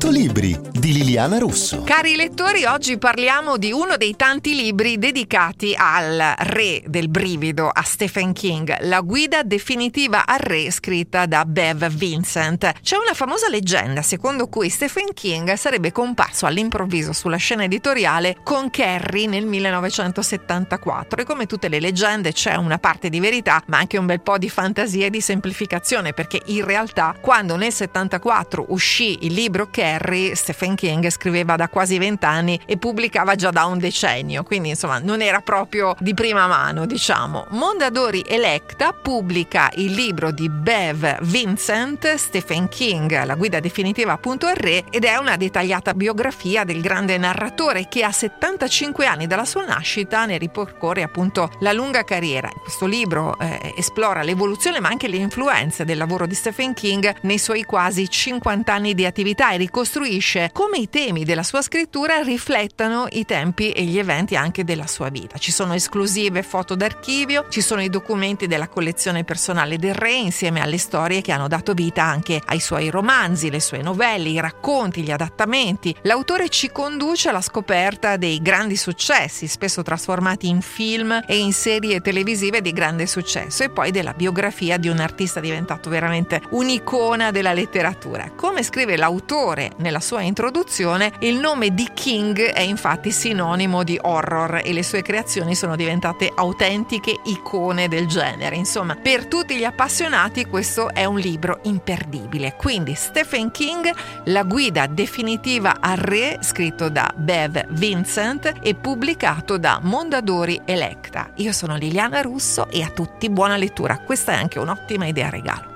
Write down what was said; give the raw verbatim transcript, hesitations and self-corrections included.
cento libri di Liliana Russo. Cari lettori, oggi parliamo di uno dei tanti libri dedicati al re del brivido, a Stephen King, La guida definitiva al re, scritta da Bev Vincent. C'è una famosa leggenda secondo cui Stephen King sarebbe comparso all'improvviso sulla scena editoriale con Carrie nel millenovecentosettantaquattro, e come tutte le leggende c'è una parte di verità ma anche un bel po' di fantasia e di semplificazione, perché in realtà quando nel settantaquattro uscì il libro Carrie, Stephen King scriveva da quasi vent'anni e pubblicava già da un decennio, quindi insomma non era proprio di prima mano, diciamo. Mondadori Electa pubblica il libro di Bev Vincent, Stephen King, La guida definitiva appunto al re, ed è una dettagliata biografia del grande narratore che a settantacinque anni dalla sua nascita ne ripercorre appunto la lunga carriera. Questo libro eh, esplora l'evoluzione ma anche le influenze del lavoro di Stephen King nei suoi quasi cinquanta anni di attività e ricostruisce come i temi della sua scrittura riflettano i tempi e gli eventi anche della sua vita. Ci sono esclusive foto d'archivio, ci sono i documenti della collezione personale del re insieme alle storie che hanno dato vita anche ai suoi romanzi, le sue novelle, i racconti, gli adattamenti. L'autore ci conduce alla scoperta dei grandi successi, spesso trasformati in film e in serie televisive di grande successo, e poi della biografia di un artista diventato veramente un'icona della letteratura. Come scrive l'autore nella sua introduzione, il nome di King è infatti sinonimo di horror e le sue creazioni sono diventate autentiche icone del genere. Insomma, per tutti gli appassionati questo è un libro imperdibile. Quindi Stephen King, La guida definitiva al re, scritto da Bev Vincent e pubblicato da Mondadori Electa. Io sono Liliana Russo e a tutti buona lettura. Questa è anche un'ottima idea regalo.